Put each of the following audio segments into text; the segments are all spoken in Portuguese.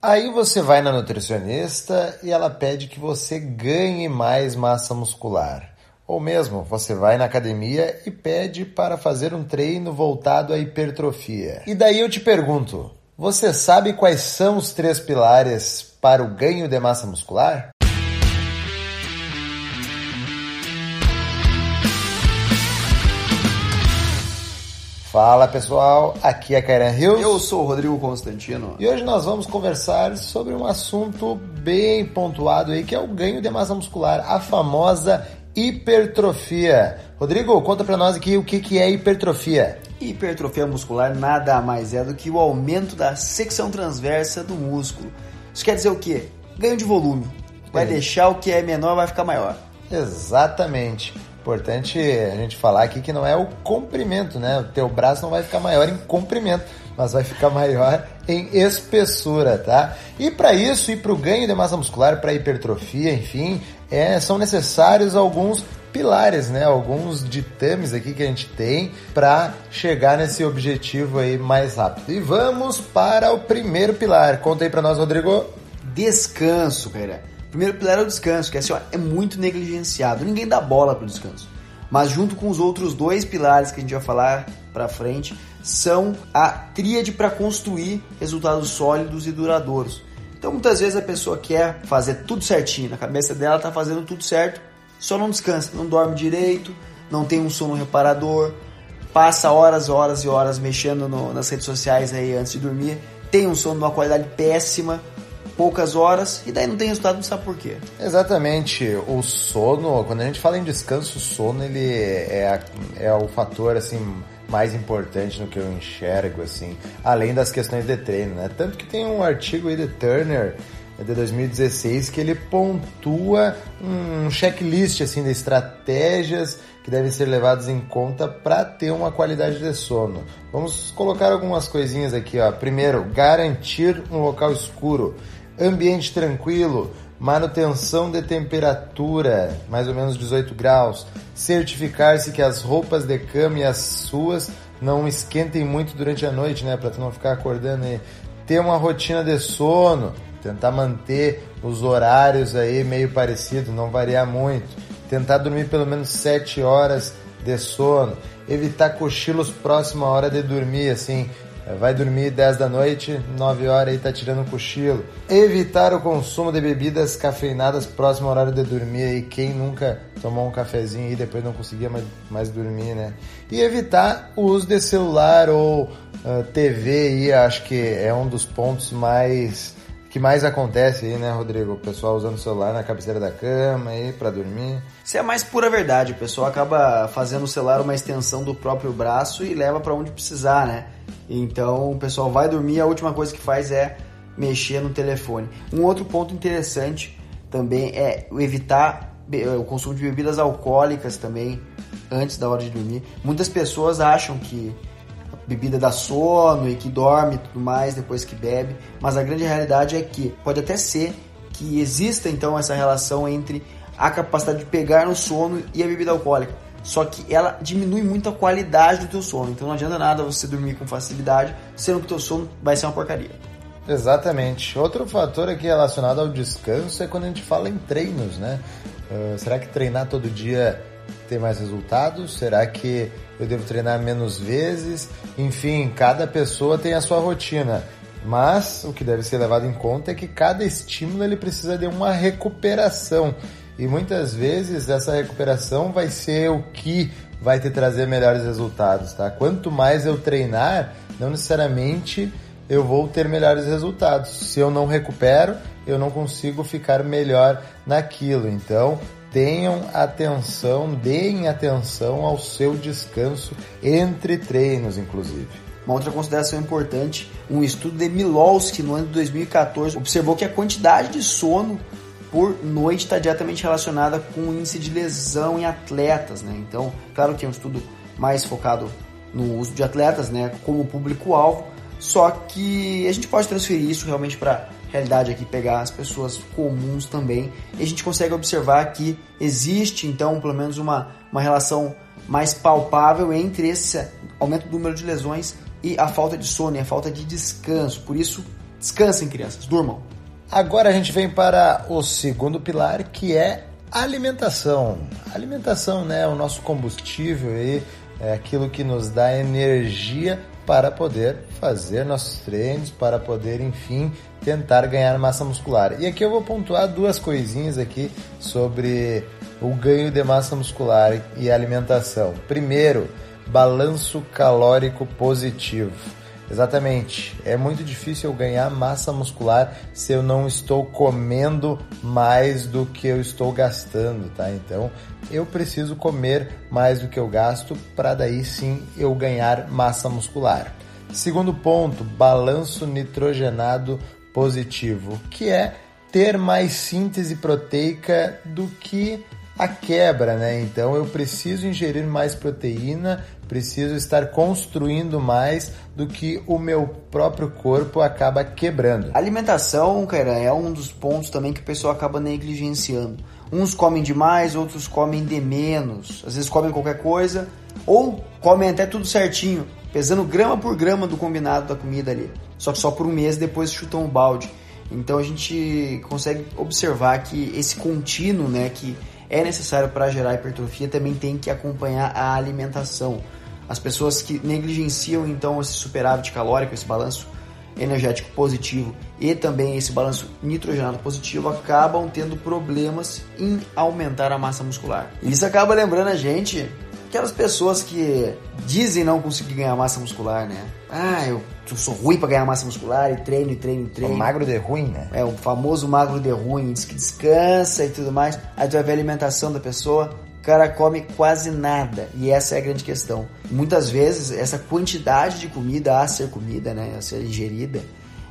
Aí você vai na nutricionista e ela pede que você ganhe mais massa muscular. Ou mesmo, você vai na academia e pede para fazer um treino voltado à hipertrofia. E daí eu te pergunto, você sabe quais são os 3 pilares para o ganho de massa muscular? Fala pessoal, aqui é Kairan Hills. Eu sou o Rodrigo Constantino. E hoje nós vamos conversar sobre um assunto bem pontuado aí, que é o ganho de massa muscular, a famosa hipertrofia. Rodrigo, conta pra nós aqui o que é hipertrofia. Hipertrofia muscular nada mais é do que o aumento da secção transversa do músculo. Isso quer dizer o quê? Ganho de volume. Vai deixar o que é menor, vai ficar maior. Exatamente. Importante a gente falar aqui que não é o comprimento, né? O teu braço não vai ficar maior em comprimento, mas vai ficar maior em espessura, tá? E para isso, e para o ganho de massa muscular, para a hipertrofia, enfim, são necessários alguns pilares, né? Alguns ditames aqui que a gente tem para chegar nesse objetivo aí mais rápido. E vamos para o primeiro pilar. Conta aí para nós, Rodrigo. Descanso, cara. Primeiro pilar é o descanso, que assim, é muito negligenciado. Ninguém dá bola pro descanso. Mas junto com os outros 2 pilares que a gente vai falar pra frente, são a tríade para construir resultados sólidos e duradouros. Então muitas vezes a pessoa quer fazer tudo certinho, na cabeça dela tá fazendo tudo certo, só não descansa, não dorme direito, não tem um sono reparador, passa horas e horas mexendo nas redes sociais aí antes de dormir, tem um sono de uma qualidade péssima, poucas horas, e daí não tem resultado, não sabe por quê. Exatamente, o sono, quando a gente fala em descanso, o sono ele é o fator assim mais importante no que eu enxergo, assim, além das questões de treino, né? Tanto que tem um artigo aí de Turner de 2016 que ele pontua um checklist assim de estratégias que devem ser levadas em conta para ter uma qualidade de sono. Vamos colocar algumas coisinhas aqui, ó. Primeiro, garantir um local escuro, ambiente tranquilo, manutenção de temperatura, mais ou menos 18 graus, certificar-se que as roupas de cama e as suas não esquentem muito durante a noite, né, para tu não ficar acordando aí, ter uma rotina de sono, tentar manter os horários aí meio parecido, não variar muito, tentar dormir pelo menos 7 horas de sono, evitar cochilos próximo à hora de dormir, assim, vai dormir 10 da noite, 9 horas aí tá tirando um cochilo. Evitar o consumo de bebidas cafeinadas próximo ao horário de dormir aí. Quem nunca tomou um cafezinho e depois não conseguia mais dormir, né? E evitar o uso de celular ou TV aí, acho que é um dos pontos que mais acontece aí, né, Rodrigo? O pessoal usando o celular na cabeceira da cama aí pra dormir. Isso é a mais pura verdade. O pessoal acaba fazendo o celular uma extensão do próprio braço e leva pra onde precisar, né? Então o pessoal vai dormir, a última coisa que faz é mexer no telefone. Um outro ponto interessante também é evitar o consumo de bebidas alcoólicas também antes da hora de dormir. Muitas pessoas acham que bebida dá sono e que dorme e tudo mais depois que bebe, mas a grande realidade é que pode até ser que exista então essa relação entre a capacidade de pegar no sono e a bebida alcoólica, só que ela diminui muito a qualidade do teu sono, então não adianta nada você dormir com facilidade, sendo que o teu sono vai ser uma porcaria. Exatamente. Outro fator aqui relacionado ao descanso é quando a gente fala em treinos, né? Será que treinar todo dia tem mais resultados? Será que eu devo treinar menos vezes? Enfim, cada pessoa tem a sua rotina. Mas o que deve ser levado em conta é que cada estímulo ele precisa de uma recuperação. E muitas vezes essa recuperação vai ser o que vai te trazer melhores resultados, tá? Quanto mais eu treinar, não necessariamente eu vou ter melhores resultados. Se eu não recupero, eu não consigo ficar melhor naquilo. Então, deem atenção ao seu descanso entre treinos, inclusive. Uma outra consideração importante, um estudo de Milowski no ano de 2014 observou que a quantidade de sono por noite está diretamente relacionada com o índice de lesão em atletas, né? Então, claro que é um estudo mais focado no uso de atletas, né, como público-alvo, só que a gente pode transferir isso realmente para a realidade aqui, pegar as pessoas comuns também, e a gente consegue observar que existe então pelo menos uma relação mais palpável entre esse aumento do número de lesões e a falta de sono e a falta de descanso. Por isso Descansem, crianças, durmam. Agora a gente vem para o segundo pilar, que é alimentação. Alimentação, né? O nosso combustível aí, é aquilo que nos dá energia para poder fazer nossos treinos, para poder, enfim, tentar ganhar massa muscular. E aqui eu vou pontuar duas coisinhas aqui sobre o ganho de massa muscular e alimentação. Primeiro, balanço calórico positivo. Exatamente, é muito difícil eu ganhar massa muscular se eu não estou comendo mais do que eu estou gastando, tá? Então, eu preciso comer mais do que eu gasto para daí sim eu ganhar massa muscular. Segundo ponto, balanço nitrogenado positivo, que é ter mais síntese proteica do que a quebra, né? Então eu preciso ingerir mais proteína, preciso estar construindo mais do que o meu próprio corpo acaba quebrando. A alimentação, cara, é um dos pontos também que o pessoal acaba negligenciando. Uns comem demais, outros comem de menos. Às vezes comem qualquer coisa ou comem até tudo certinho, pesando grama por grama do combinado da comida ali. Só que só por um mês depois chutam o balde. Então a gente consegue observar que esse contínuo, né, que é necessário para gerar hipertrofia, também tem que acompanhar a alimentação. As pessoas que negligenciam então esse superávit calórico, esse balanço energético positivo e também esse balanço nitrogenado positivo acabam tendo problemas em aumentar a massa muscular. E isso acaba lembrando a gente aquelas pessoas que dizem não conseguir ganhar massa muscular, né? Eu sou ruim para ganhar massa muscular e treino. O magro de ruim, né? É, o famoso magro de ruim, diz que descansa e tudo mais. Aí tu vai ver a alimentação da pessoa, o cara come quase nada. E essa é a grande questão. Muitas vezes, essa quantidade de comida a ser comida, né, a ser ingerida,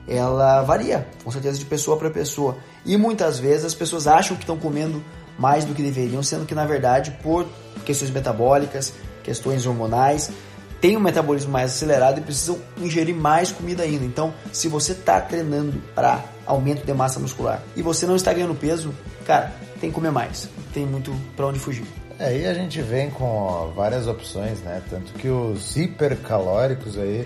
ela varia, com certeza, de pessoa para pessoa. E muitas vezes as pessoas acham que estão comendo mais do que deveriam, sendo que, na verdade, por questões metabólicas, questões hormonais, tem um metabolismo mais acelerado e precisam ingerir mais comida ainda. Então, se você está treinando para aumento de massa muscular e você não está ganhando peso, cara, tem que comer mais. Tem muito para onde fugir. Aí a gente vem com várias opções, né? Tanto que os hipercalóricos aí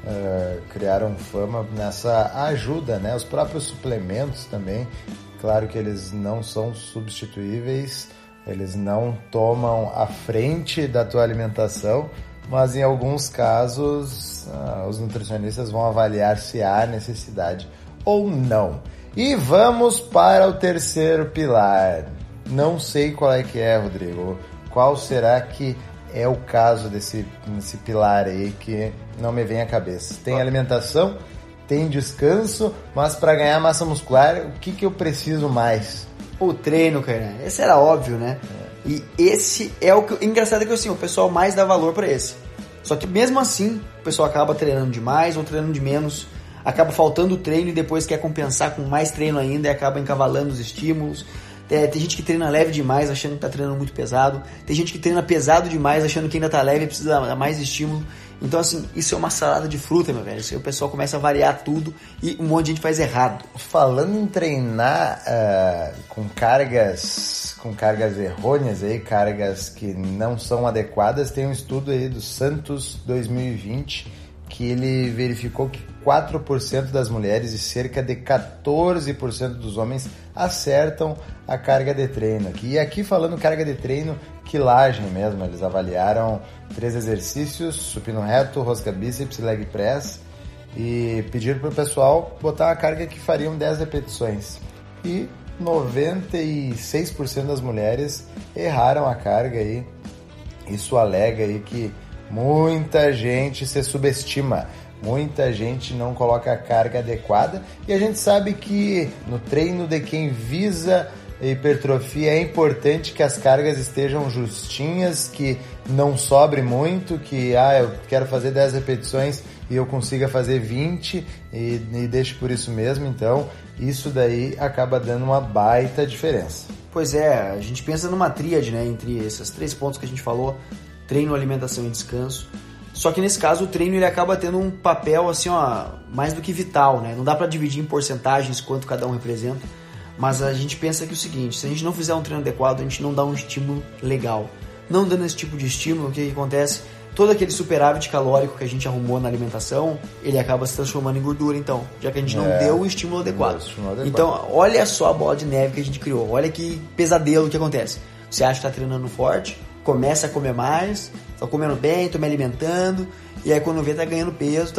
criaram fama nessa ajuda, né? Os próprios suplementos também, claro que eles não são substituíveis, eles não tomam a frente da tua alimentação, mas em alguns casos os nutricionistas vão avaliar se há necessidade ou não. E vamos para o terceiro pilar. Não sei qual é que é, Rodrigo. Qual será que é o caso desse pilar aí que não me vem à cabeça? Tem alimentação, tem descanso, mas para ganhar massa muscular, o que eu preciso mais? O treino, cara. Esse era óbvio, né? E esse é o que... Engraçado é que assim, o pessoal mais dá valor para esse. Só que mesmo assim, o pessoal acaba treinando demais ou treinando de menos, acaba faltando treino e depois quer compensar com mais treino ainda e acaba encavalando os estímulos. Tem gente que treina leve demais achando que tá treinando muito pesado. Tem gente que treina pesado demais achando que ainda tá leve e precisa dar mais estímulo. Então assim, isso é uma salada de fruta, meu velho. Isso aí o pessoal começa a variar tudo e um monte de gente faz errado. Falando em treinar com cargas errôneas, aí, cargas que não são adequadas, tem um estudo aí do Santos 2020 que ele verificou que 4% das mulheres e cerca de 14% dos homens acertam a carga de treino. E aqui falando carga de treino, quilagem mesmo, eles avaliaram 3 exercícios, supino reto, rosca bíceps e leg press, e pediram para o pessoal botar uma carga que fariam 10 repetições. E 96% das mulheres erraram a carga aí. Isso alega aí que muita gente se subestima, muita gente não coloca a carga adequada, e a gente sabe que no treino de quem visa hipertrofia é importante que as cargas estejam justinhas, que não sobre muito, que eu quero fazer 10 repetições e eu consiga fazer 20 e deixo por isso mesmo. Então isso daí acaba dando uma baita diferença. Pois é, a gente pensa numa tríade, né, entre esses 3 pontos que a gente falou: treino, alimentação e descanso. Só que nesse caso o treino ele acaba tendo um papel assim, mais do que vital, né? Não dá para dividir em porcentagens quanto cada um representa, mas a gente pensa que é o seguinte: se a gente não fizer um treino adequado, a gente não dá um estímulo legal. Não dando esse tipo de estímulo, o que acontece? todo aquele superávit calórico que a gente arrumou na alimentação, ele acaba se transformando em gordura, então, já que a gente não deu o estímulo adequado. Então, olha só a bola de neve que a gente criou, olha que pesadelo que acontece. Você acha que tá treinando forte, começa a comer mais, tá comendo bem, tô me alimentando, e aí quando vê tá ganhando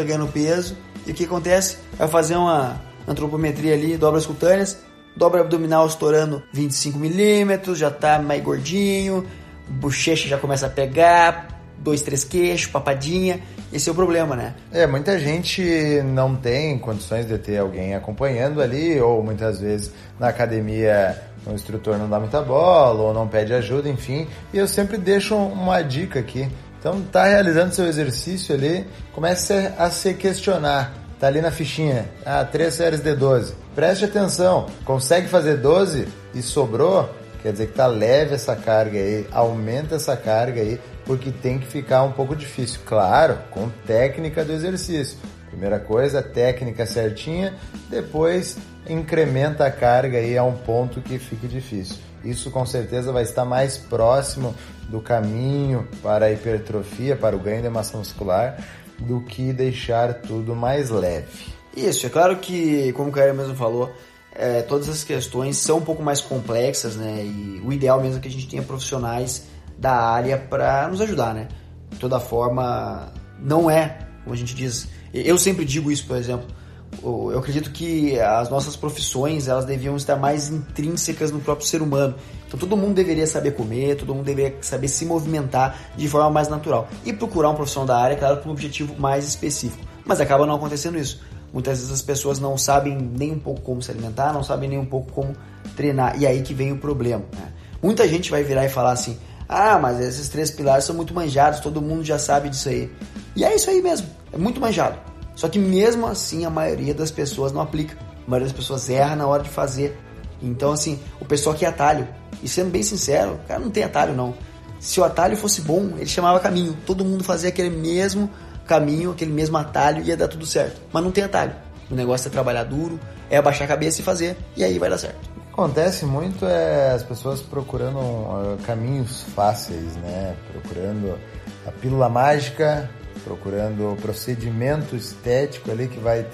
peso, e o que acontece? Vai fazer uma antropometria ali, dobras cutâneas, dobra abdominal estourando 25 milímetros, já tá mais gordinho, bochecha já começa a pegar, 2, 3 queixos, papadinha, esse é o problema, né? Muita gente não tem condições de ter alguém acompanhando ali, ou muitas vezes na academia o instrutor não dá muita bola, ou não pede ajuda, enfim, e eu sempre deixo uma dica aqui. Então, tá realizando seu exercício ali, comece a se questionar. Tá ali na fichinha, 3 séries de 12. Preste atenção, consegue fazer 12 e sobrou? Quer dizer que tá leve essa carga aí, aumenta essa carga aí, porque tem que ficar um pouco difícil. Claro, com técnica do exercício. Primeira coisa, técnica certinha, depois incrementa a carga aí a um ponto que fique difícil. Isso com certeza vai estar mais próximo do caminho para a hipertrofia, para o ganho de massa muscular, do que deixar tudo mais leve. Isso, é claro que, como o Caio mesmo falou, todas as questões são um pouco mais complexas, né? E o ideal mesmo é que a gente tenha profissionais da área para nos ajudar, né? De toda forma, não é, como a gente diz, eu sempre digo isso, por exemplo, eu acredito que as nossas profissões, elas deviam estar mais intrínsecas no próprio ser humano. Então todo mundo deveria saber comer, todo mundo deveria saber se movimentar de forma mais natural. E procurar um profissional da área, claro, com um objetivo mais específico. Mas acaba não acontecendo isso. Muitas vezes as pessoas não sabem nem um pouco como se alimentar, não sabem nem um pouco como treinar. E aí que vem o problema, né? Muita gente vai virar e falar assim, mas esses 3 pilares são muito manjados, todo mundo já sabe disso aí. E é isso aí mesmo, é muito manjado. Só que mesmo assim a maioria das pessoas não aplica. A maioria das pessoas erra na hora de fazer. Então assim, o pessoal quer atalho. E sendo bem sincero, o cara não tem atalho não. Se o atalho fosse bom, ele chamava caminho. Todo mundo fazia aquele mesmo caminho, aquele mesmo atalho e ia dar tudo certo. Mas não tem atalho. O negócio é trabalhar duro, é abaixar a cabeça e fazer. E aí vai dar certo. O que acontece muito as pessoas procurando caminhos fáceis, né? Procurando a pílula mágica, procurando o procedimento estético ali que vai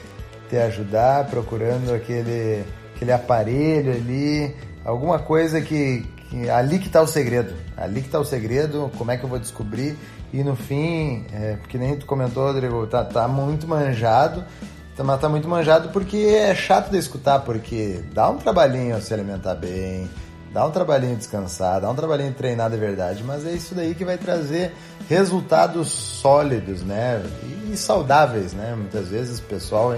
te ajudar, procurando aquele aparelho ali, alguma coisa que ali que está o segredo. Ali que está o segredo, como é que eu vou descobrir? E no fim, porque nem tu comentou, Rodrigo, tá muito manjado, mas tá muito manjado porque é chato de escutar, porque dá um trabalhinho se alimentar bem, dá um trabalhinho descansar, dá um trabalhinho treinar de verdade, mas é isso daí que vai trazer resultados sólidos, né? E saudáveis, né? Muitas vezes o pessoal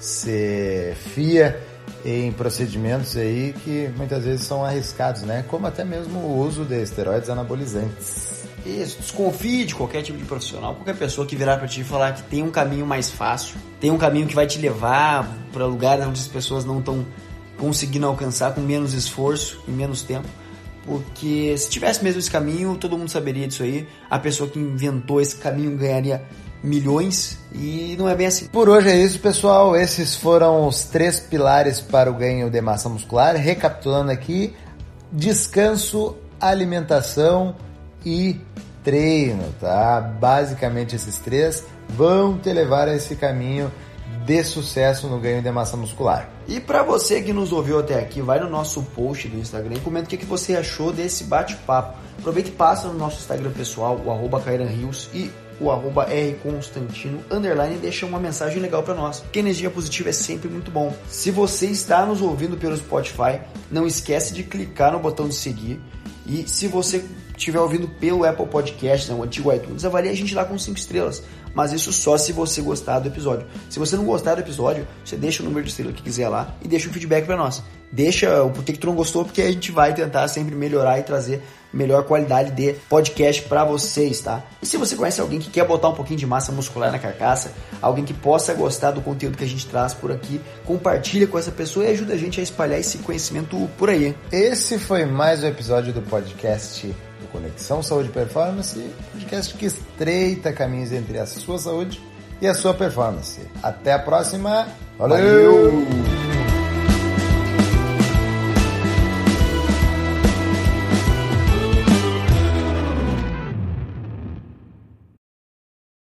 se fia em procedimentos aí que muitas vezes são arriscados, né? Como até mesmo o uso de esteroides anabolizantes. Isso, desconfie de qualquer tipo de profissional, qualquer pessoa que virar pra ti e falar que tem um caminho mais fácil, tem um caminho que vai te levar para lugares onde as pessoas não estão conseguindo alcançar com menos esforço e menos tempo, porque se tivesse mesmo esse caminho, todo mundo saberia disso aí, a pessoa que inventou esse caminho ganharia milhões e não é bem assim. Por hoje é isso, pessoal, esses foram os 3 pilares para o ganho de massa muscular. Recapitulando aqui: descanso, alimentação e treino, tá? Basicamente esses 3 vão te levar a esse caminho de sucesso no ganho de massa muscular. E para você que nos ouviu até aqui, vai no nosso post do Instagram e comenta o que você achou desse bate-papo. Aproveita e passa no nosso Instagram pessoal, o @KairanRios e o @rconstantino_ e deixa uma mensagem legal para nós, porque energia positiva é sempre muito bom. Se você está nos ouvindo pelo Spotify, não esquece de clicar no botão de seguir, e se você estiver ouvindo pelo Apple Podcast, né, o antigo iTunes, avalie a gente lá com 5 estrelas. Mas isso só se você gostar do episódio. Se você não gostar do episódio, você deixa o número de estrela que quiser lá e deixa um feedback pra nós. Deixa o porquê que tu não gostou, porque a gente vai tentar sempre melhorar e trazer melhor qualidade de podcast pra vocês, tá? E se você conhece alguém que quer botar um pouquinho de massa muscular na carcaça, alguém que possa gostar do conteúdo que a gente traz por aqui, compartilha com essa pessoa e ajuda a gente a espalhar esse conhecimento por aí. Esse foi mais um episódio do podcast do Conexão Saúde e Performance, podcast que estreita caminhos entre a sua saúde e a sua performance. Até a próxima. Valeu!